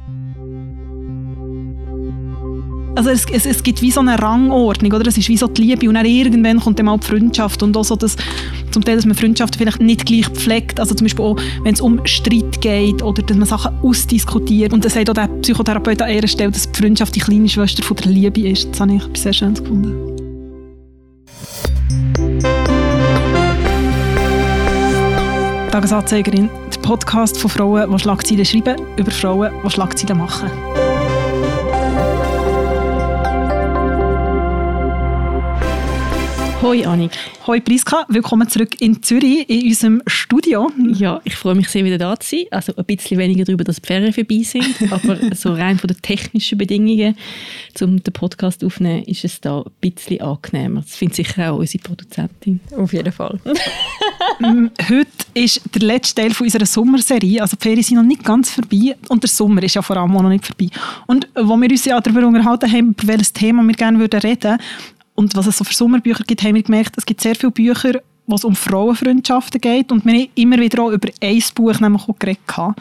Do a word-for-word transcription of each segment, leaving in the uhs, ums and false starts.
Also es, es, es gibt wie so eine Rangordnung, oder? Es ist wie so die Liebe und dann irgendwann kommt dann mal die Freundschaft und auch so, dass zum Teil, dass man Freundschaften vielleicht nicht gleich pflegt, also zum Beispiel auch, wenn es um Streit geht oder dass man Sachen ausdiskutiert. Und das sagt auch der Psychotherapeut an ihrer Stelle, dass die Freundschaft die kleine Schwester von der Liebe ist. Das habe ich sehr schön gefunden. Tagesanzeigerin, der Podcast von Frauen, die Schlagzeilen schreiben, über Frauen, die Schlagzeilen machen. Hoi Annik. Hoi Priska, willkommen zurück in Zürich, in unserem Studio. Ja, ich freue mich sehr, wieder da zu sein. Also ein bisschen weniger darüber, dass die Ferien vorbei sind, aber so rein von den technischen Bedingungen, um den Podcast aufzunehmen, ist es da ein bisschen angenehmer. Das findet sicher auch unsere Produzentin. Auf jeden Fall. Heute ist der letzte Teil von unserer Sommerserie, also die Ferien sind noch nicht ganz vorbei und der Sommer ist ja vor allem auch noch nicht vorbei. Und wo wir uns ja darüber unterhalten haben, über welches Thema wir gerne reden würden, und was es so für Sommerbücher gibt, haben wir gemerkt, es gibt sehr viele Bücher, wo es um Frauenfreundschaften geht. Und wir haben immer wieder auch über ein Buch nämlich auch geredet.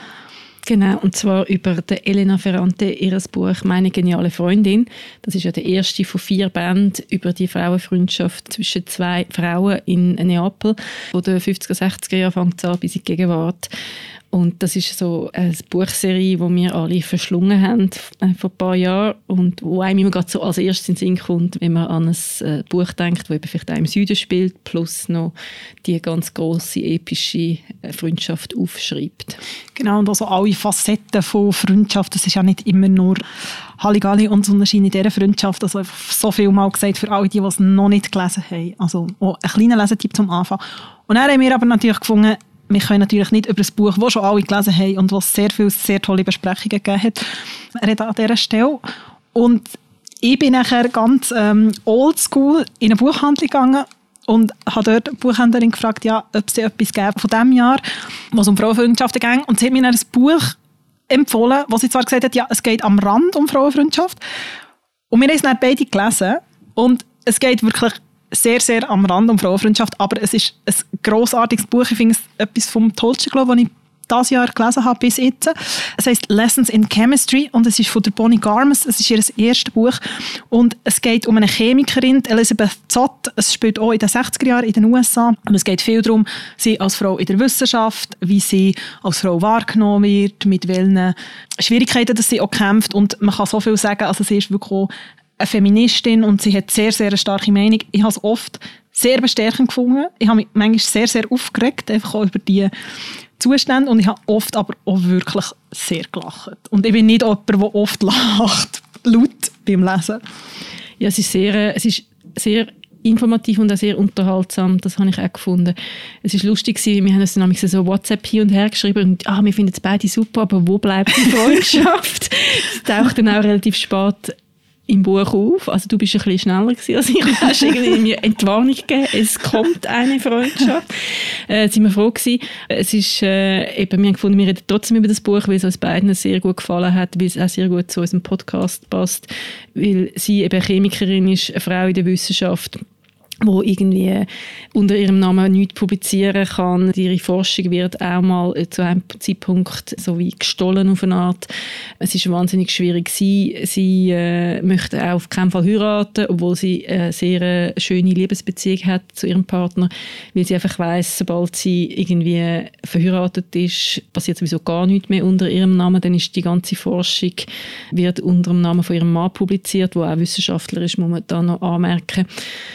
Genau, und zwar über die Elena Ferrante, ihr Buch «Meine geniale Freundin». Das ist ja der erste von vier Bänden über die Frauenfreundschaft zwischen zwei Frauen in Neapel, von den fünfziger, sechziger Jahren fängt an bis in die Gegenwart. Und das ist so eine Buchserie, die wir alle verschlungen haben äh, vor ein paar Jahren und wo einem immer gerade so als erstes in den Sinn kommt, wenn man an ein äh, Buch denkt, das eben vielleicht auch im Süden spielt, plus noch die ganz grosse, epische äh, Freundschaft aufschreibt. Genau, und also alle Facetten von Freundschaft, das ist ja nicht immer nur Halligalli und Sonnenschein in dieser Freundschaft, also so viel mal gesagt für alle, die, die es noch nicht gelesen haben. Also auch ein kleiner Lesetipp zum Anfang. Und dann haben wir aber natürlich gefunden, wir können natürlich nicht über das Buch, das schon alle gelesen haben und was sehr viele, sehr tolle Besprechungen gegeben hat, reden an dieser Stelle. Und ich bin nachher ganz ähm, oldschool in eine Buchhandlung gegangen und habe dort die Buchhändlerin gefragt, ja, ob es etwas gäbe von diesem Jahr, was um Frauenfreundschaften ging. Und sie hat mir dann ein Buch empfohlen, wo sie zwar gesagt hat, ja, es geht am Rand um Frauenfreundschaft. Und wir haben es dann beide gelesen. Und es geht wirklich sehr, sehr am Rand um Frauenfreundschaft, aber es ist ein grossartiges Buch. Ich finde es etwas vom Tollsten, glaube ich, was ich dieses Jahr gelesen habe bis jetzt. Es heisst «Lessons in Chemistry» und es ist von der Bonnie Garmus. Es ist ihr erstes Buch und es geht um eine Chemikerin, Elizabeth Zott. Es spielt auch in den sechziger Jahren in den U S A und es geht viel darum, sie als Frau in der Wissenschaft, wie sie als Frau wahrgenommen wird, mit welchen Schwierigkeiten dass sie auch kämpft und man kann so viel sagen, also sie ist wirklich auch eine Feministin und sie hat sehr, sehr eine starke Meinung. Ich habe es oft sehr bestärkend gefunden. Ich habe mich manchmal sehr, sehr aufgeregt, einfach auch über die Zustände und ich habe oft aber auch wirklich sehr gelacht. Und ich bin nicht jemand, der oft lacht, laut beim Lesen. Ja, es ist sehr, es ist sehr informativ und auch sehr unterhaltsam, das habe ich auch gefunden. Es war lustig, wir haben uns dann so WhatsApp hin und her geschrieben und ah, wir finden es beide super, aber wo bleibt die Freundschaft? Das taucht dann auch relativ spät im Buch auf. Also du bist ein bisschen schneller gewesen als ich. Du hast irgendwie mir Entwarnung gegeben. Es kommt eine Freundschaft. Äh, sind wir froh gewesen. Es ist, äh, eben, wir haben gefunden, wir reden trotzdem über das Buch, weil es uns beiden sehr gut gefallen hat, weil es auch sehr gut zu unserem Podcast passt, weil sie eben Chemikerin ist, eine Frau in der Wissenschaft, wo irgendwie unter ihrem Namen nichts publizieren kann. Ihre Forschung wird auch mal zu einem Zeitpunkt so wie gestohlen auf eine Art. Es ist wahnsinnig schwierig. Sie, sie äh, möchte auch auf keinen Fall heiraten, obwohl sie eine sehr schöne Liebesbeziehung hat zu ihrem Partner, weil sie einfach weiss, sobald sie irgendwie verheiratet ist, passiert sowieso gar nichts mehr unter ihrem Namen. Dann ist die ganze Forschung wird unter dem Namen von ihrem Mann publiziert, der auch Wissenschaftler ist, muss man da noch anmerken.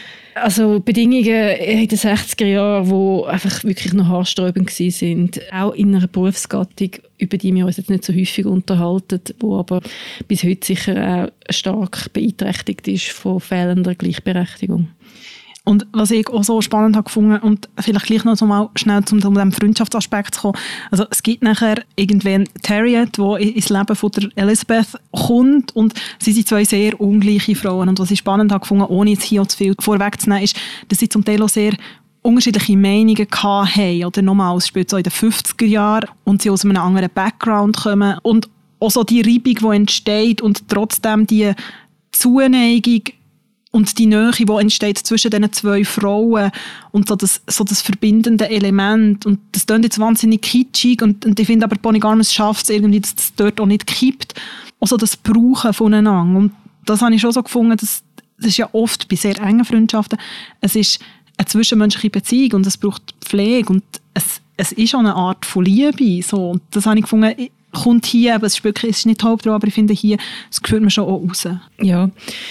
Also Bedingungen in den sechziger Jahren, die einfach wirklich noch haarsträubend waren, auch in einer Berufsgattung, über die wir uns jetzt nicht so häufig unterhalten, die aber bis heute sicher auch stark beeinträchtigt ist von fehlender Gleichberechtigung. Und was ich auch so spannend habe gefunden und vielleicht gleich noch so mal schnell zum, um diesem Freundschaftsaspekt zu kommen. Also es gibt nachher irgendwann Harriet, die ins Leben von der Elizabeth kommt und sie sind zwei sehr ungleiche Frauen. Und was ich spannend habe gefunden, ohne jetzt hier auch zu viel vorwegzunehmen, ist, dass sie zum Teil auch sehr unterschiedliche Meinungen hatten. Oder nochmal, es spielt so in den fünfziger Jahren und sie aus einem anderen Background kommen. Und auch so die Reibung, die entsteht und trotzdem die Zuneigung und die Nähe, die entsteht zwischen diesen zwei Frauen und so das, so das verbindende Element. Und das klingt jetzt wahnsinnig kitschig und, und ich finde aber, Bonnie Garmus schafft es irgendwie, dass es dort auch nicht kippt. Also das Brauchen voneinander. Und das habe ich schon so gefunden, dass das ist ja oft bei sehr engen Freundschaften, es ist eine zwischenmenschliche Beziehung und es braucht Pflege und es, es ist auch eine Art von Liebe. So. Und das habe ich gefunden, kommt hier, aber es ist wirklich, es ist nicht Hauptrolle, aber ich finde hier, das spürt man schon auch raus. Ja.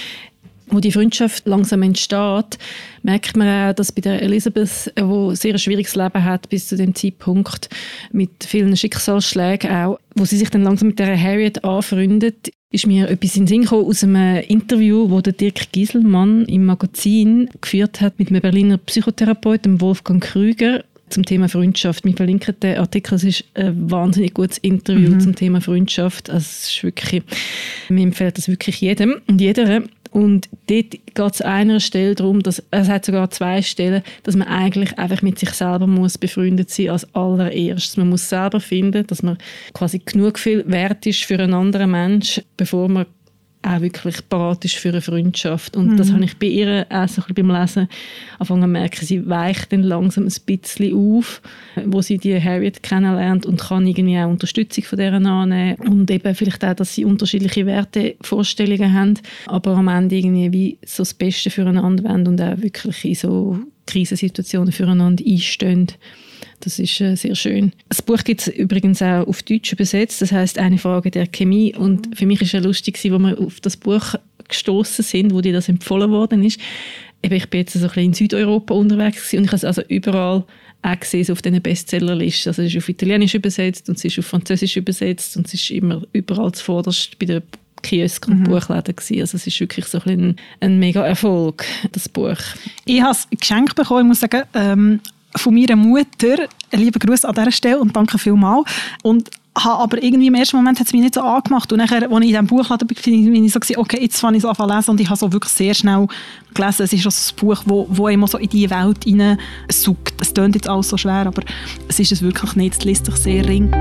Wo die Freundschaft langsam entsteht, merkt man auch, dass bei der Elisabeth, die ein sehr schwieriges Leben hat bis zu dem Zeitpunkt, mit vielen Schicksalsschlägen auch, wo sie sich dann langsam mit der Harriet anfreundet, ist mir etwas in den Sinn gekommen aus einem Interview, das der Dirk Gieselmann im Magazin geführt hat mit einem Berliner Psychotherapeuten, Wolfgang Krüger, zum Thema Freundschaft. Wir verlinken den Artikel. Es ist ein wahnsinnig gutes Interview mhm. zum Thema Freundschaft. Also es ist wirklich, wir empfehlen das wirklich jedem und jeder. Und dort geht es an einer Stelle darum, dass, es hat sogar zwei Stellen, dass man eigentlich einfach mit sich selber muss befreundet sein als allererstes. Man muss selber finden, dass man quasi genug viel wert ist für einen anderen Menschen, bevor man auch wirklich parat ist für eine Freundschaft. Und mhm. das habe ich bei ihr auch so ein bisschen beim Lesen angefangen zu merken. Sie weicht dann langsam ein bisschen auf, wo sie die Harriet kennenlernt und kann irgendwie auch Unterstützung von dieser annehmen. Und eben vielleicht auch, dass sie unterschiedliche Wertevorstellungen haben, aber am Ende irgendwie wie so das Beste füreinander wollen und auch wirklich in so Krisensituationen füreinander einstehen. Das ist äh, sehr schön. Das Buch gibt es übrigens auch auf Deutsch übersetzt. Das heisst «Eine Frage der Chemie». Und für mich war es ja lustig, als wir auf das Buch gestoßen sind, wo dir das empfohlen worden ist. Eben, ich bin jetzt so ein bisschen in Südeuropa unterwegs und ich habe es also überall auch gesehen, so auf diesen Bestsellerlisten. Also es ist auf Italienisch übersetzt und es ist auf Französisch übersetzt und es ist immer überall zuvorderst bei der Kiosk und mhm. Buchläden gewesen. Also es ist wirklich so ein, ein, ein mega Erfolg, das Buch. Ich habe es geschenkt bekommen, ich muss sagen, ähm, von meiner Mutter. Einen lieben Gruß an dieser Stelle und danke vielmals. Und habe aber irgendwie im ersten Moment hat es mich nicht so angemacht. Und nachher, als ich in diesem Buchladen bin, bin ich so gewesen, okay, jetzt fange ich so an zu lesen und ich habe so wirklich sehr schnell gelesen. Es ist auch so ein Buch, wo, wo immer so in diese Welt hineinsaugt. Es klingt jetzt alles so schwer, aber es ist es wirklich nicht. Es liest sich sehr ring.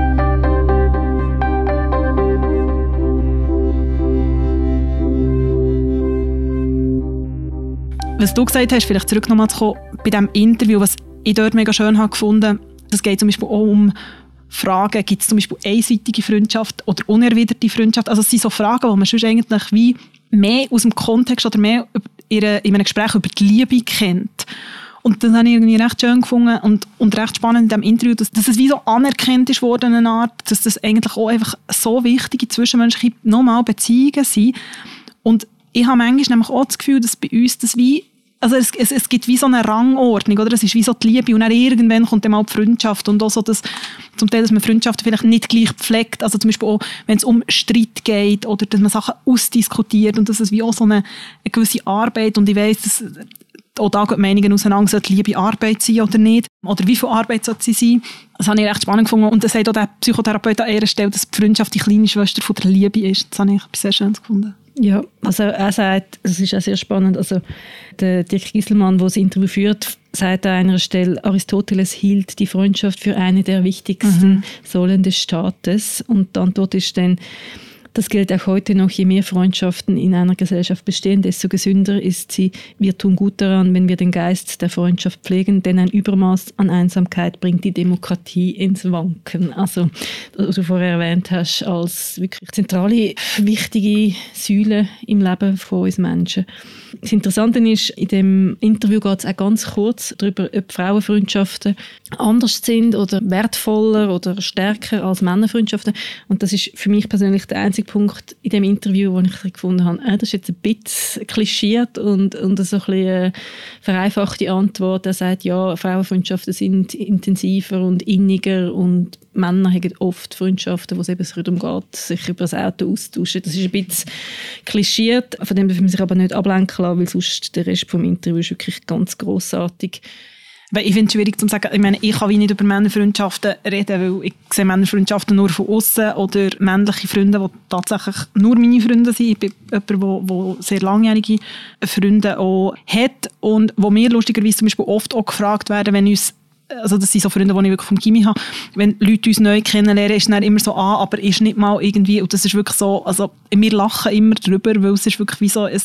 Was du gesagt hast, vielleicht zurück nochmal zu kommen, bei diesem Interview, was ich dort mega schön habe gefunden, das geht zum Beispiel auch um Fragen, gibt es zum Beispiel einseitige Freundschaft oder unerwiderte Freundschaft? Also es sind so Fragen, die man sonst eigentlich wie mehr aus dem Kontext oder mehr in einem Gespräch über die Liebe kennt. Und das habe ich irgendwie recht schön gefunden und, und recht spannend in diesem Interview, dass, dass es wie so anerkannt ist worden, eine Art, dass das eigentlich auch einfach so wichtige zwischenmenschliche nochmal Beziehungen sind. Und ich habe manchmal nämlich auch das Gefühl, dass bei uns das wie Also es, es, es gibt wie so eine Rangordnung, oder? Es ist wie so die Liebe und dann irgendwann kommt dann mal die Freundschaft und auch so das, zum Teil, dass man Freundschaften vielleicht nicht gleich pflegt, also zum Beispiel auch, wenn es um Streit geht oder dass man Sachen ausdiskutiert und dass es wie auch so eine, eine gewisse Arbeit und ich weiss, dass auch da gehen Meinungen auseinander, sollte Liebe Arbeit sein oder nicht oder wie viel Arbeit sollte sie sein. Das habe ich recht spannend gefunden und das sagt auch der Psychotherapeut an ihrer Stelle, dass die Freundschaft die kleine Schwester von der Liebe ist. Das habe ich sehr schön gefunden. Ja, also er sagt, das ist auch sehr spannend, also der Dirk Gieselmann, der das Interview führt, sagt an einer Stelle, Aristoteles hielt die Freundschaft für eine der wichtigsten mhm. Säulen des Staates und die Antwort ist dann, das gilt auch heute noch, je mehr Freundschaften in einer Gesellschaft bestehen, desto gesünder ist sie. Wir tun gut daran, wenn wir den Geist der Freundschaft pflegen, denn ein Übermaß an Einsamkeit bringt die Demokratie ins Wanken. Also, was du vorher erwähnt hast, als wirklich zentrale, wichtige Säule im Leben von uns Menschen. Das Interessante ist, in dem Interview geht es auch ganz kurz darüber, ob Frauenfreundschaften anders sind oder wertvoller oder stärker als Männerfreundschaften. Und das ist für mich persönlich der einzige Punkt in dem Interview, wo ich gefunden habe, äh, das ist jetzt ein bisschen klischiert und, und so ein bisschen eine vereinfachte Antwort. Er sagt, ja, Frauenfreundschaften sind intensiver und inniger und Männer haben oft Freundschaften, wo es eben darum geht, sich über das Auto austauschen. Das ist ein bisschen klischiert, von dem dürfen wir sich aber nicht ablenken lassen, weil sonst der Rest des Interviews ist wirklich ganz grossartig. Weil ich finde es schwierig zu sagen, ich meine, ich kann wie nicht über Männerfreundschaften reden, weil ich sehe Männerfreundschaften nur von außen oder männliche Freunde, die tatsächlich nur meine Freunde sind. Ich bin jemand, der sehr langjährige Freunde auch hat und wo mir lustigerweise zum Beispiel oft auch gefragt werden, wenn uns, also das sind so Freunde, die ich wirklich vom Gymi habe, wenn Leute uns neu kennenlernen, ist es dann immer so, ah, aber ist nicht mal irgendwie, und das ist wirklich so, also wir lachen immer drüber, weil es ist wirklich wie so, es,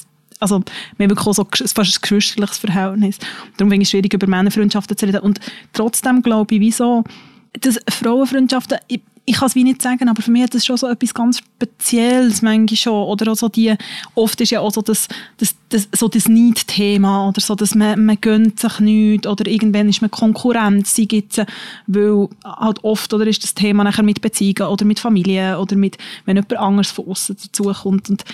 also wir haben wirklich auch so fast ein geschwisterliches Verhältnis. Darum finde ich es schwierig, über Männerfreundschaften zu reden. Und trotzdem glaube ich, wieso, dass Frauenfreundschaften, ich, ich kann es wie nicht sagen, aber für mich hat das schon so etwas ganz Spezielles manchmal schon. Oder auch so die, oft ist ja auch so das, das, das, so das Need-Thema oder so, dass man, man gönnt sich nichts oder irgendwann ist man Konkurrenz, sie gibt's, weil halt oft oder ist das Thema nachher mit Beziehungen oder mit Familie oder mit, wenn jemand anderes von außen dazukommt. Und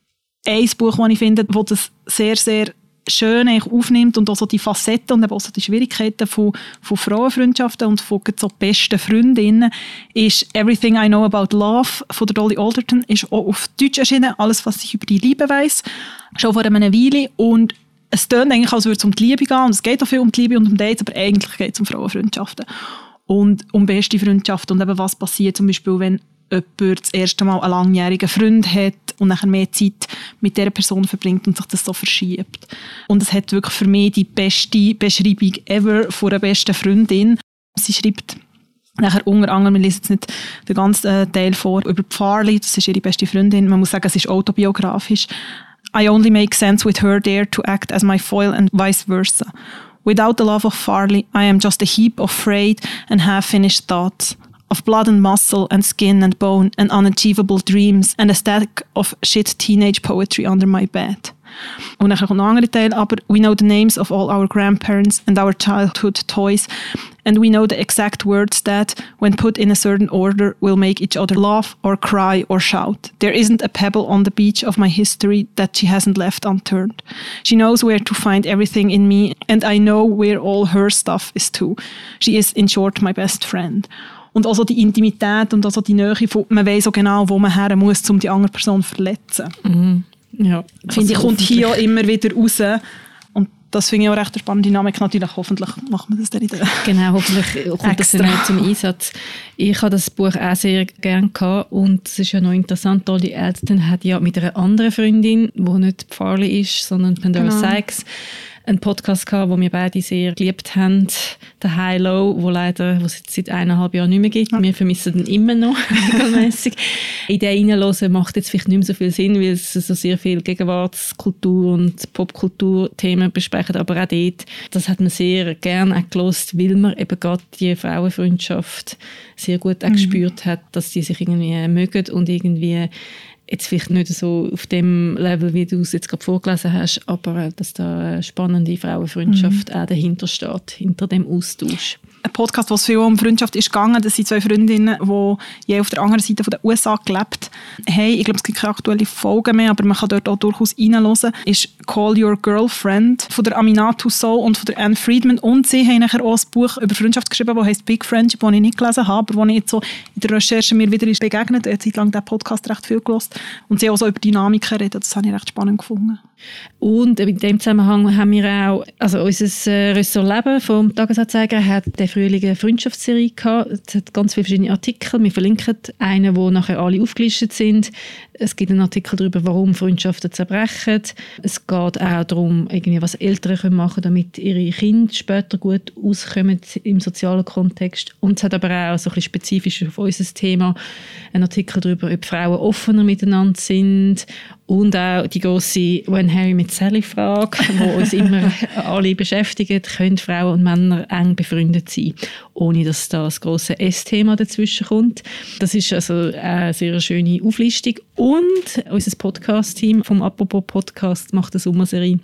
ein Buch, das ich finde, das das sehr, sehr schön aufnimmt und auch so die Facetten und auch so die Schwierigkeiten von, von Frauenfreundschaften und von so besten Freundinnen, ist «Everything I Know About Love» von der Dolly Alderton, ist auch auf Deutsch erschienen, alles, was ich über die Liebe weiss, schon vor einer Weile. Und es tönt eigentlich, als würde es um die Liebe gehen und es geht auch viel um die Liebe und um Dates, aber eigentlich geht es um Frauenfreundschaften und um beste Freundschaften und eben was passiert zum Beispiel, wenn jemand das erste Mal einen langjährigen Freund hat und nachher mehr Zeit mit dieser Person verbringt und sich das so verschiebt. Und es hat wirklich für mich die beste Beschreibung ever von einer besten Freundin. Sie schreibt nachher unter anderem, wir lesen jetzt nicht den ganzen Teil vor, über Farley, das ist ihre beste Freundin. Man muss sagen, es ist autobiografisch. I only make sense with her there to act as my foil and vice versa. Without the love of Farley, I am just a heap of frayed and half-finished thoughts. Of blood and muscle and skin and bone and unachievable dreams and a stack of shit teenage poetry under my bed. Und dann kommt noch ein anderer Teil, aber we know the names of all our grandparents and our childhood toys and we know the exact words that, when put in a certain order, will make each other laugh or cry or shout. There isn't a pebble on the beach of my history that she hasn't left unturned. She knows where to find everything in me and I know where all her stuff is too. She is, in short, my best friend. Und auch so die Intimität und auch so die Nähe, von, man weiss so genau, wo man her muss, um die andere Person zu verletzen. Mhm. Ja, finde ich, kommt hier auch immer wieder raus. Und das finde ich auch recht eine spannende Dynamik. Natürlich, hoffentlich macht man das dann wieder. Genau, hoffentlich kommt das dann auch zum Einsatz. Ich habe das Buch auch sehr gerne gehabt und es ist ja noch interessant, Dolly Alderton hat ja mit einer anderen Freundin, die nicht Farley ist, sondern Pandora genau. Sykes, einen Podcast gehabt, den wir beide sehr geliebt haben, der High Low, wo leider, wo es jetzt seit eineinhalb Jahren nicht mehr gibt. Wir vermissen ihn immer noch regelmäßig. In den reinhören macht jetzt vielleicht nicht mehr so viel Sinn, weil es so sehr viel Gegenwartskultur und Popkulturthemen besprechen, aber auch dort, das hat man sehr gerne auch gehört, weil man eben gerade die Frauenfreundschaft sehr gut auch mhm. gespürt hat, dass die sich irgendwie mögen und irgendwie jetzt vielleicht nicht so auf dem Level, wie du es jetzt gerade vorgelesen hast, aber dass da eine spannende Frauenfreundschaft mhm. auch dahinter steht, hinter dem Austausch. Ein Podcast, wo es viel um Freundschaft ist gegangen. Das sind zwei Freundinnen, die je auf der anderen Seite der U S A gelebt haben. Ich glaube, es gibt keine aktuelle Folgen mehr, aber man kann dort auch durchaus reinhören. Ist «Call Your Girlfriend» von der Aminatou Sow und von der Anne Friedman. Und sie haben nachher auch ein Buch über Freundschaft geschrieben, das heisst «Big Friendship», das ich nicht gelesen habe, aber das ich jetzt so in der Recherche mir wieder ist begegnet. Ich habe Zeit lang diesen Podcast recht viel gehört. Und sie haben auch so über Dynamiken reden. Das habe ich recht spannend gefunden. Und in dem Zusammenhang haben wir auch, also unser äh, Ressort Leben vom Tagesanzeiger hat der Frühling eine Freundschaftsserie gehabt. Es hat ganz viele verschiedene Artikel. Wir verlinken einen, wo nachher alle aufgelistet sind. Es gibt einen Artikel darüber, warum Freundschaften zerbrechen. Es geht auch darum, irgendwie, was Eltern machen können, damit ihre Kinder später gut auskommen im sozialen Kontext. Und es hat aber auch so ein bisschen spezifisch auf unser Thema einen Artikel darüber, ob Frauen offener miteinander sind. Und auch die grosse «When Harry met Sally»-Frage, die uns immer alle beschäftigt. Können Frauen und Männer eng befreundet sein, ohne dass da das grosse S-Thema dazwischen kommt? Das ist also eine sehr schöne Auflistung. Und unser Podcast-Team vom «Apropos-Podcast» macht eine Sommerserie,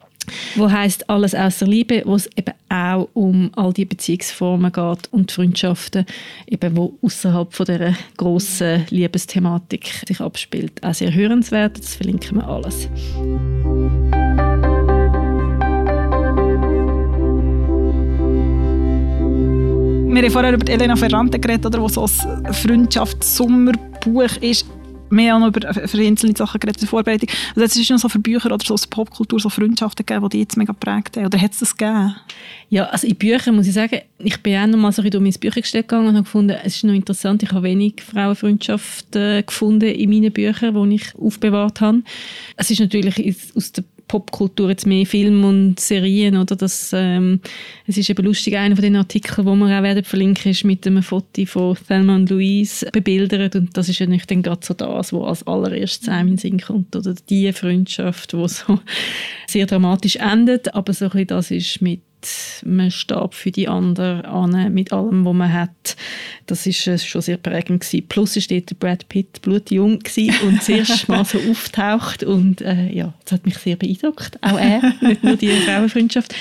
wo heisst «Alles außer Liebe», wo es eben auch um all die Beziehungsformen geht und Freundschaften, eben wo außerhalb von dieser grossen Liebesthematik sich abspielt. Auch sehr hörenswert, das verlinken wir alles. Wir haben vorher über Elena Ferrante geredet, oder, wo so ein Freundschaftssommerbuch ist. Wir haben auch noch über einzelne Sachen geredet in der Vorbereitung. Also es ist noch so für Bücher oder so Popkultur, so Freundschaften gegeben, die die jetzt mega geprägt haben. Oder hat es das gegeben? Ja, also in Büchern muss ich sagen, ich bin auch noch mal so durch mein Büchergestell gegangen und habe gefunden, es ist noch interessant, ich habe wenig Frauenfreundschaften gefunden in meinen Büchern, die ich aufbewahrt habe. Es ist natürlich aus der Popkultur, jetzt mehr Film und Serien, oder? Das, ähm, es ist eben lustig, einer von den Artikeln, wo wir auch werden verlinken, ist mit einem Foto von Thelma und Louise bebildert, und das ist ja nicht dann gerade so das, was als allererstes einem in den Sinn kommt, oder die Freundschaft, die so sehr dramatisch endet, aber so ein bisschen das ist mit man starb für die anderen an, mit allem, was man hat. Das war schon sehr prägend gewesen. Plus war dort Brad Pitt blutjung und das erste Mal so auftaucht, und äh, ja, das hat mich sehr beeindruckt. Auch er, nicht nur die Frauenfreundschaft.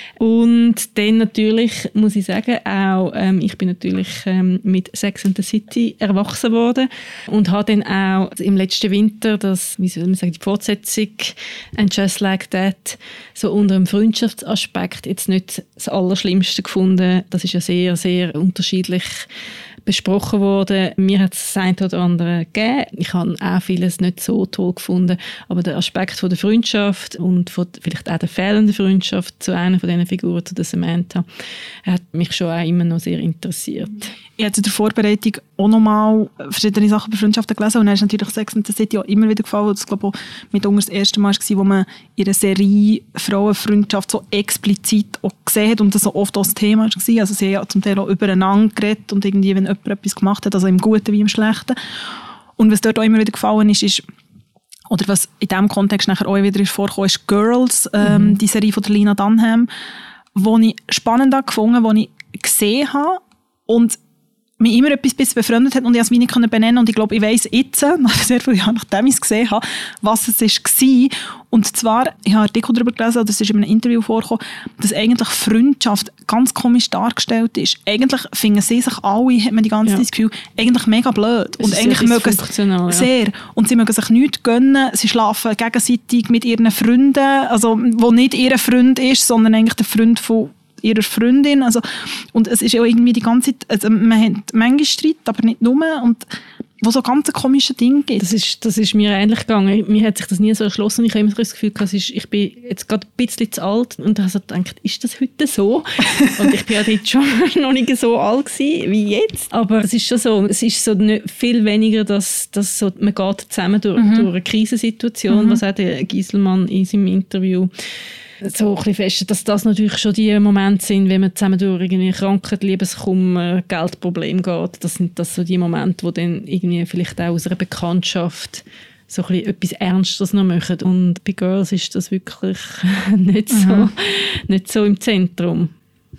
Und dann natürlich, muss ich sagen, auch ähm, ich bin natürlich ähm, mit Sex and the City erwachsen worden und habe dann auch im letzten Winter das, wie soll man sagen, die Fortsetzung «And Just Like That» so unter einem Freundschaftsaspekt jetzt nicht das Allerschlimmste gefunden. Das ist ja sehr, sehr unterschiedlich besprochen worden. Mir hat es das eine oder andere gegeben. Ich habe auch vieles nicht so toll gefunden, aber der Aspekt von der Freundschaft und von vielleicht auch der fehlenden Freundschaft zu einer von diesen Figuren, zu der Samantha, hat mich schon auch immer noch sehr interessiert. Ich habe in der Vorbereitung auch nochmal verschiedene Sachen über Freundschaften gelesen, und dann ist natürlich Sex and the City auch immer wieder gefallen. Das glaube ich auch mit uns das erste Mal war, wo man in einer Serie Frauenfreundschaft so explizit auch gesehen hat und das so oft auch das Thema war. Also sie haben ja zum Teil auch übereinander geredet und irgendwie, wenn jemand etwas gemacht hat, also im Guten wie im Schlechten. Und was dort auch immer wieder gefallen ist, ist, oder was in diesem Kontext nachher auch wieder ist vorgekommen, ist «Girls», ähm, mhm. die Serie von der Lena Dunham, die ich spannend gefunden habe, die ich gesehen habe und mich immer etwas bisschen befreundet hat und ich es wie nicht benennen konnte. Und ich glaube, ich weiss jetzt, nach sehr vielen Jahren, nachdem ich es gesehen habe, was es war. Und zwar, ich habe einen Artikel darüber gelesen, oder es ist in einem Interview vorgekommen, dass eigentlich Freundschaft ganz komisch dargestellt ist. Eigentlich finden sie sich alle, hat man die ganze Zeit ja. das Gefühl, eigentlich mega blöd. Es und eigentlich mögen sie sehr. Ja. Und sie mögen sich nichts gönnen. Sie schlafen gegenseitig mit ihren Freunden, also wo nicht ihr Freund ist, sondern eigentlich der Freund von ihrer Freundin. Also, und es ist ja irgendwie die ganze Zeit, also man hat manchmal Streit, aber nicht nur. Und wo so ganz komische Dinge gibt. Das ist, das ist mir ähnlich gegangen. Mir hat sich das nie so erschlossen. Ich habe immer das Gefühl, es ist, ich bin jetzt gerade ein bisschen zu alt und habe so gedacht, ist das heute so? Und ich bin ja jetzt schon noch nicht so alt gewesen wie jetzt. Aber es ist schon so, es ist so nicht viel weniger, dass, dass so, man geht zusammen durch, mhm. durch eine Krisensituation, mhm. was auch der Gieselmann in seinem Interview so ein bisschen fest, dass das natürlich schon die Momente sind, wenn man zusammen durch irgendwie Krankheit, Liebeskummer, Geldproblem geht. Das sind das so die Momente, wo dann irgendwie vielleicht auch aus einer Bekanntschaft so ein bisschen etwas Ernstes noch machen. Und bei Girls ist das wirklich nicht so, mhm. nicht so im Zentrum.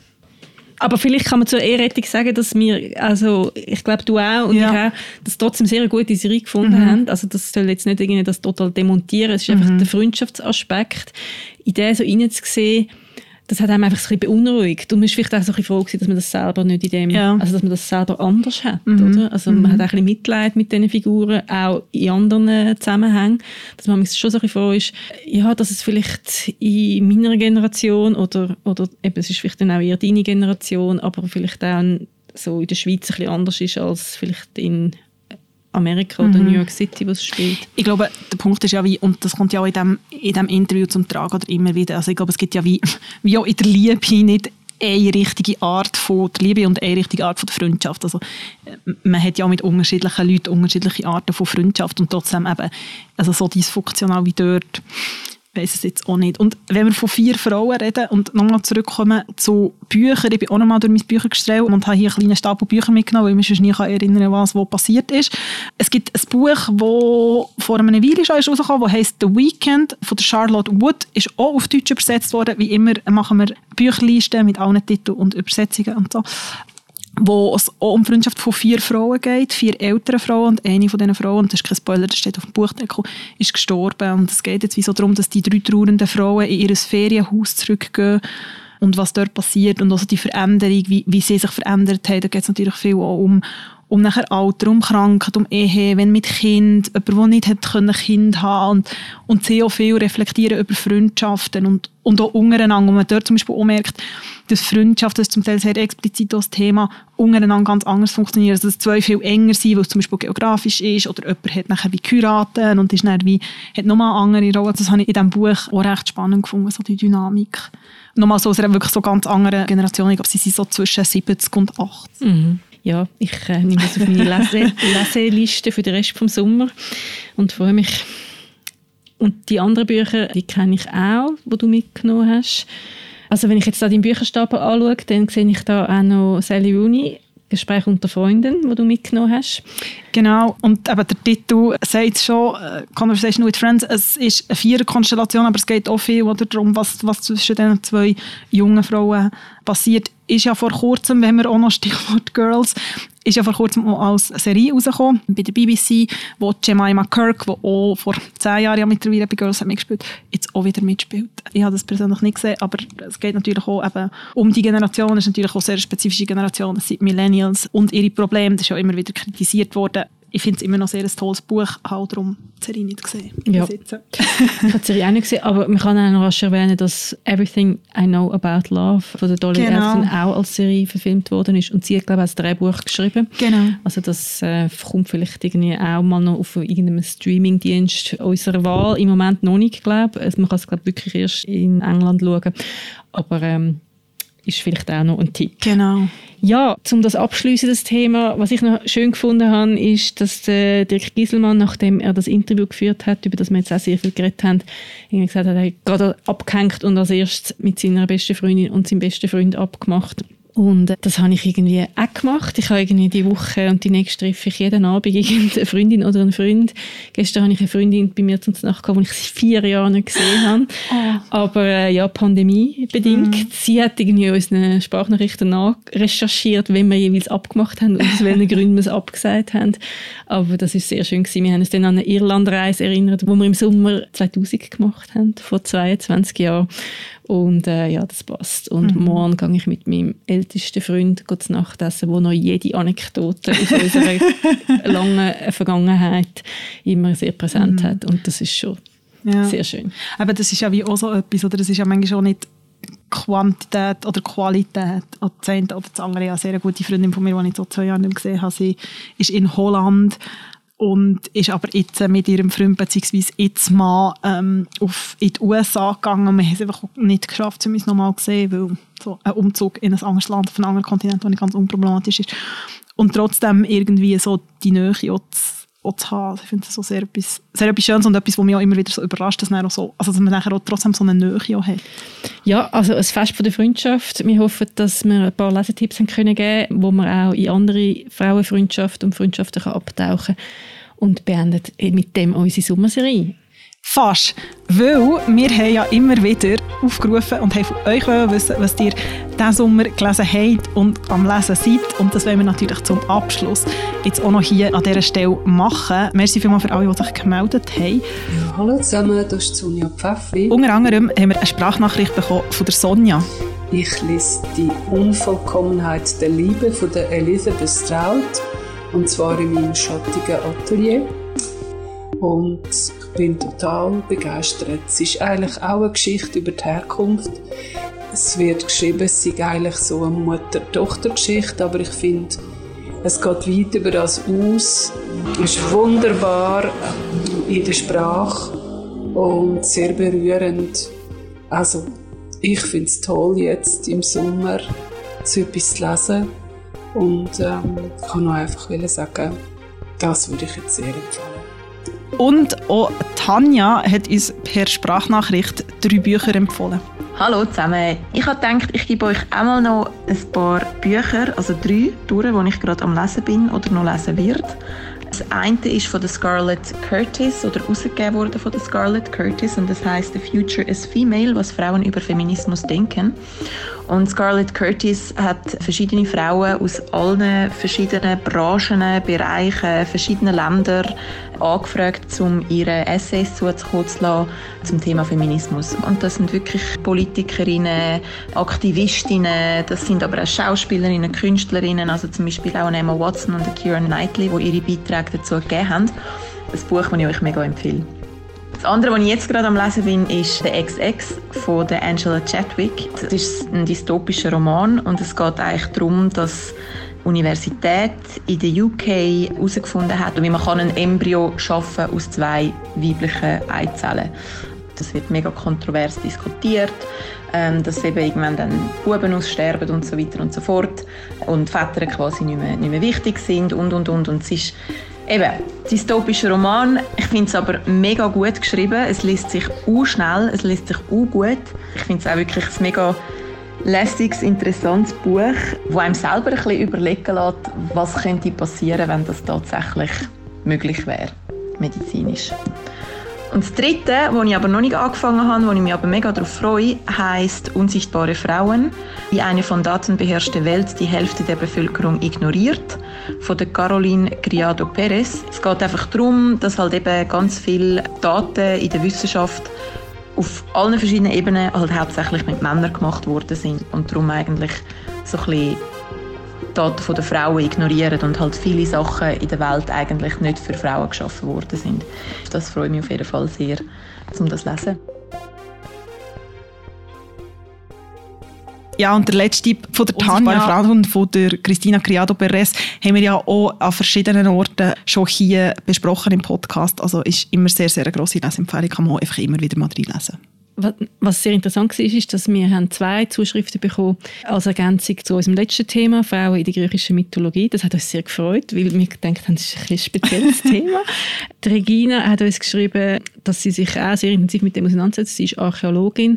Aber vielleicht kann man zur Eherettung sagen, dass wir, also ich glaube du auch und ja. ich auch, das trotzdem sehr eine gute Serie gefunden mhm. haben. Also das soll jetzt nicht irgendwie das total demontieren, es ist mhm. einfach der Freundschaftsaspekt, in den so reinzusehen, das hat einem einfach so ein bisschen beunruhigt. Und man ist vielleicht auch so ein bisschen froh gewesen, dass man das selber nicht in dem, ja. also dass man das selber anders hat, mhm. oder? Also man mhm. hat auch ein bisschen Mitleid mit diesen Figuren, auch in anderen Zusammenhängen, dass man schon so ein bisschen froh ist, ja, dass es vielleicht in meiner Generation oder, oder eben, es ist vielleicht dann auch eher deine Generation, aber vielleicht auch so in der Schweiz ein bisschen anders ist als vielleicht in Amerika oder mhm. New York City, was spielt. Ich glaube, der Punkt ist ja wie, und das kommt ja auch in dem, in dem Interview zum Tragen oder immer wieder, also ich glaube, es gibt ja wie, wie auch in der Liebe nicht eine richtige Art von der Liebe und eine richtige Art von der Freundschaft. Also man hat ja auch mit unterschiedlichen Leuten unterschiedliche Arten von Freundschaft und trotzdem eben also so dysfunktional wie dort, weiss es jetzt auch nicht. Und wenn wir von vier Frauen reden und nochmal zurückkommen zu Büchern, ich bin auch nochmal durch mein Büchergestell und habe hier einen kleinen Stapel Bücher mitgenommen, weil ich mich nie erinnern kann, was wo passiert ist. Es gibt ein Buch, das vor einer Weile schon rausgekommen ist, das heisst «The Weekend» von der Charlotte Wood, ist auch auf Deutsch übersetzt worden. Wie immer machen wir Bücherlisten mit allen Titeln und Übersetzungen und so, wo es auch um die Freundschaft von vier Frauen geht, vier ältere Frauen, und eine von diesen Frauen, und das ist kein Spoiler, das steht auf dem Buchdeckel, ist gestorben. Und es geht jetzt wie so darum, dass die drei trauernden Frauen in ihr Ferienhaus zurückgehen und was dort passiert und also die Veränderung, wie, wie sie sich verändert haben. Da geht es natürlich viel auch um, um nachher Alter, um Krankheit, um Ehe, wenn mit Kind, jemand, der nicht hat können Kind haben und, und sehr viel reflektieren über Freundschaften und, und auch untereinander. Und man dort zum Beispiel auch merkt, dass Freundschaft, das ist zum Teil sehr explizit das Thema, untereinander ganz anders funktioniert. Also dass zwei viel enger sind, weil es zum Beispiel geografisch ist, oder jemand hat nachher wie geheiratet und ist dann wie, hat nochmal eine andere Rolle. Das habe ich in diesem Buch auch recht spannend gefunden, so die Dynamik. Nochmal so aus einer wirklich so ganz anderen Generation. Ich glaube, sie sind so zwischen siebzig und achtzig. Mhm. Ja, ich äh, nehme das auf meine Lese- Leseliste für den Rest des Sommers und freue mich Und die anderen Bücher, die kenne ich auch, die du mitgenommen hast. Also wenn ich jetzt da deinen Bücherstapel anschaue, dann sehe ich da auch noch Sally Rooney, Gespräch unter Freunden, die du mitgenommen hast. Genau, und eben der Titel sagt es schon, «Conversation with Friends», es ist eine Viererkonstellation, aber es geht auch viel oder darum, was, was zwischen diesen zwei jungen Frauen passiert. Ist ja vor kurzem, wenn wir auch noch Stichwort Girls, ist ja vor kurzem auch als Serie rausgekommen bei der B B C, wo Jemima Kirk, die auch vor zehn Jahren ja mittlerweile bei Girls hat mitgespielt, jetzt auch wieder mitspielt. Ich habe das persönlich nicht gesehen, aber es geht natürlich auch eben um die Generation, es ist natürlich auch eine sehr spezifische Generation, es sind Millennials und ihre Probleme, das ist ja immer wieder kritisiert worden. Ich finde es immer noch sehr ein tolles Buch, habe darum die Serie nicht gesehen. Ja. Ich habe die Serie auch nicht gesehen, aber man kann auch noch rasch erwähnen, dass «Everything I Know About Love» von der Dolly genau. Elfton auch als Serie verfilmt worden ist und sie hat, glaube ich, das Drehbuch geschrieben. Genau. Also das äh, kommt vielleicht irgendwie auch mal noch auf irgendeinem Streamingdienst unserer Wahl. Im Moment noch nicht, glaube ich. Also man kann es, glaube ich, wirklich erst in England schauen. Aber ähm, ist vielleicht auch noch ein Tipp. Genau. Ja, um das abschließen, das Thema, was ich noch schön gefunden habe, ist, dass der Dirk Gieselmann, nachdem er das Interview geführt hat, über das wir jetzt auch sehr viel geredet haben, irgendwie gesagt hat, er hat gerade abgehängt und als erstes mit seiner besten Freundin und seinem besten Freund abgemacht. Und das habe ich irgendwie auch gemacht. Ich habe irgendwie die Woche und die nächste treffe ich jeden Abend irgendeine Freundin oder einen Freund. Gestern habe ich eine Freundin bei mir zum Nacht gehabt, die ich seit vier Jahren nicht gesehen habe. Oh. Aber äh, ja, Pandemie bedingt. Mm. Sie hat irgendwie unsere Sprachnachrichten nachrecherchiert, wenn wir jeweils abgemacht haben und aus welchen Gründen wir es abgesagt haben. Aber das war sehr schön gewesen. Wir haben uns dann an eine Irlandreise erinnert, die wir im Sommer zweitausend gemacht haben, vor zweiundzwanzig Jahren. Und äh, ja, das passt. Und mhm. morgen gehe ich mit meinem ältesten Freund zu Nacht essen, der noch jede Anekdote aus unserer langen Vergangenheit immer sehr präsent mhm. hat. Und das ist schon ja. sehr schön. Aber das ist ja wie auch so etwas, oder? Das ist ja manchmal auch nicht Quantität oder Qualität. Das eine oder das andere. Ja, eine sehr gute Freundin von mir, die ich so zwei Jahre nicht gesehen habe, sie ist in Holland und ist aber jetzt mit ihrem Freund bzw. jetzt mal ähm, auf, in die U S A gegangen. Wir haben es einfach nicht geschafft, sie haben es nochmal gesehen, weil so ein Umzug in ein anderes Land, auf einen anderen Kontinent, der nicht ganz unproblematisch ist. Und trotzdem irgendwie so die Nähe auch zu, auch zu haben. Ich finde das so sehr etwas, sehr etwas Schönes und etwas, was mich auch immer wieder so überrascht, dass, auch so, also dass man nachher auch trotzdem so eine Nähe auch hat. Ja, also ein Fest von der Freundschaft. Wir hoffen, dass wir ein paar Lesetipps haben können geben, wo man auch in andere Frauenfreundschaften und Freundschaften kann abtauchen kann. Und beendet mit dem unsere Sommerserie. Fast, weil wir haben ja immer wieder aufgerufen und haben von euch wissen, was ihr diesen Sommer gelesen habt und am Lesen seid. Und das wollen wir natürlich zum Abschluss jetzt auch noch hier an dieser Stelle machen. Merci vielmals für alle, die sich gemeldet haben. Ja, hallo zusammen, das ist Sonja Pfäffli. Unter anderem haben wir eine Sprachnachricht bekommen von der Sonja. Ich lese «Die Unvollkommenheit der Liebe» von der Elisabeth Strout. Und zwar in meinem schattigen Atelier. Und ich bin total begeistert. Es ist eigentlich auch eine Geschichte über die Herkunft. Es wird geschrieben, es sei eigentlich so eine Mutter-Tochter-Geschichte, aber ich finde, es geht weit über das aus. Es ist wunderbar in der Sprache und sehr berührend. Also, ich finde es toll, jetzt im Sommer so etwas zu lesen. Und ähm, ich kann noch einfach sagen, das würde ich jetzt sehr empfehlen. Und auch Tanja hat uns per Sprachnachricht drei Bücher empfohlen. Hallo zusammen. Ich habe gedacht, ich gebe euch einmal noch ein paar Bücher, also drei, durch, die ich gerade am Lesen bin oder noch lesen werde. Das eine ist von der Scarlett Curtis oder herausgegeben worden von der Scarlett Curtis und das heisst «The Future is Female», was Frauen über Feminismus denken. Und Scarlett Curtis hat verschiedene Frauen aus allen verschiedenen Branchen, Bereichen, verschiedenen Ländern angefragt, um ihre Essays zuzukommen zu lassen zum Thema Feminismus. Und das sind wirklich Politikerinnen, Aktivistinnen, das sind aber auch Schauspielerinnen, Künstlerinnen, also zum Beispiel auch Emma Watson und Keira Knightley, die ihre Beiträge dazu gegeben haben. Ein Buch, das ich euch mega empfehle. Das andere, was ich jetzt gerade am Lesen bin, ist «The X X» von der Angela Chadwick. Das ist ein dystopischer Roman und es geht eigentlich darum, dass die Universität in der U K herausgefunden hat, wie man ein Embryo schaffen aus zwei weiblichen Eizellen. Das wird mega kontrovers diskutiert, dass eben irgendwann dann Buben aussterben und so weiter und so fort und Väter quasi nicht mehr, nicht mehr wichtig sind und und und und es ist Eben, dystopischer Roman. Ich finde es aber mega gut geschrieben. Es liest sich u schnell, es liest sich u gut. Ich finde es auch wirklich ein mega lässiges, interessantes Buch, das einem selber ein bisschen überlegen lässt, was könnte passieren, wenn das tatsächlich möglich wäre, medizinisch. Und das Dritte, das ich aber noch nicht angefangen habe, wo ich mich aber mega darauf freue, heisst «Unsichtbare Frauen», wie eine von Daten beherrschte Welt die Hälfte der Bevölkerung ignoriert, von der Caroline Criado Perez. Es geht einfach darum, dass halt eben ganz viele Daten in der Wissenschaft auf allen verschiedenen Ebenen halt hauptsächlich mit Männern gemacht worden sind und darum eigentlich so ein bisschen Daten der Frauen ignorieren und halt viele Sachen in der Welt eigentlich nicht für Frauen geschaffen worden sind. Das freut mich auf jeden Fall sehr, um das zu lesen. Ja, und der letzte Tipp von der Tanja Frau und von der Cristina Criado Perez haben wir ja auch an verschiedenen Orten schon hier besprochen im Podcast. Also ist immer sehr, sehr eine grosse Lesempfehlung, kann man auch einfach immer wieder mal reinlesen. Was sehr interessant war, ist, dass wir haben zwei Zuschriften bekommen als Ergänzung zu unserem letzten Thema, Frauen in der griechischen Mythologie. Das hat uns sehr gefreut, weil wir gedacht haben, das ist ein spezielles Thema. Die Regina hat uns geschrieben, dass sie sich auch sehr intensiv mit dem auseinandersetzt. Sie ist Archäologin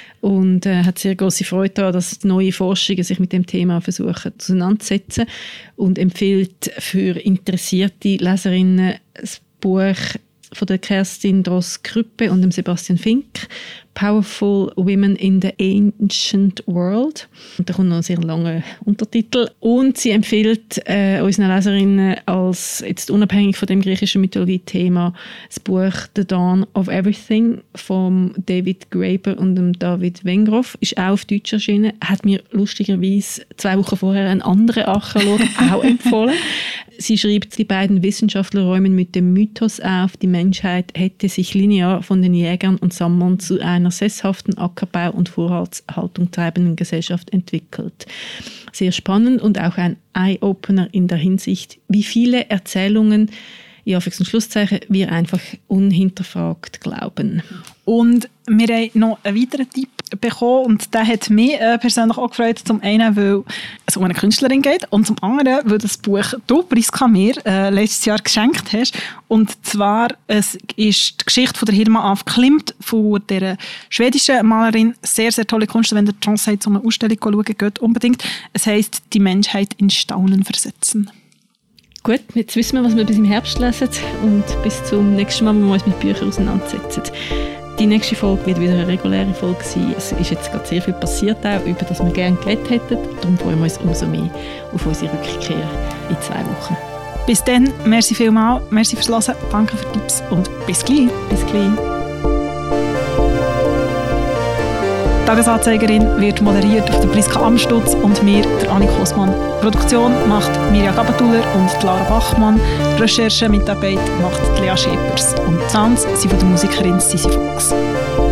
und äh, hat sehr große Freude daran, dass neue Forschungen sich mit dem Thema versuchen auseinanderzusetzen und empfiehlt für interessierte Leserinnen das Buch von der Kerstin Dross-Krüppe und dem Sebastian Fink, «Powerful Women in the Ancient World». Und da kommt noch ein sehr langer Untertitel. Und sie empfiehlt äh, unseren Leserinnen als, jetzt unabhängig von dem griechischen Mythologie-Thema, das Buch «The Dawn of Everything» von David Graeber und dem David Wengroff. Ist auch auf Deutsch erschienen. Hat mir lustigerweise zwei Wochen vorher ein anderer Archäologe auch empfohlen. Sie schreibt, die beiden Wissenschaftler räumen mit dem Mythos auf, die Menschheit hätte sich linear von den Jägern und Sammlern zu einer sesshaften Ackerbau- und Vorhaltung treibenden Gesellschaft entwickelt. Sehr spannend und auch ein Eye-Opener in der Hinsicht, wie viele Erzählungen, ja, für und Schlusszeichen, wir einfach unhinterfragt glauben. Und wir haben noch einen weiteren Tipp bekommen und der hat mich äh, persönlich auch gefreut. Zum einen, weil es um eine Künstlerin geht und zum anderen, weil das Buch du, Priska, mir äh, letztes Jahr geschenkt hast. Und zwar es ist die Geschichte von der Hilma af Klint, von der schwedischen Malerin. Sehr, sehr tolle Kunst. Wenn ihr die Chance habt, um eine Ausstellung zu schauen, geht unbedingt. Es heisst «Die Menschheit in Staunen versetzen». Gut, jetzt wissen wir, was wir bis im Herbst lesen und bis zum nächsten Mal, wo wir uns mit Büchern auseinandersetzen. Die nächste Folge wird wieder eine reguläre Folge sein. Es ist jetzt gerade sehr viel passiert, auch, über das wir gerne geredet hätten. Darum freuen wir uns umso mehr auf unsere Rückkehr in zwei Wochen. Bis dann, merci vielmals, merci fürs Hören, danke für die Tipps und bis gleich. Bis gleich. Die Tagesanzeigerin wird moderiert auf der Priska Amstutz und mir, der Annik Hosmann. Produktion macht Mirja Gabatuller und Lara Bachmann. Die Recherche-Mitarbeit macht Lea Schepers. Und die Sounds sind von der Musikerin Sisi Fuchs.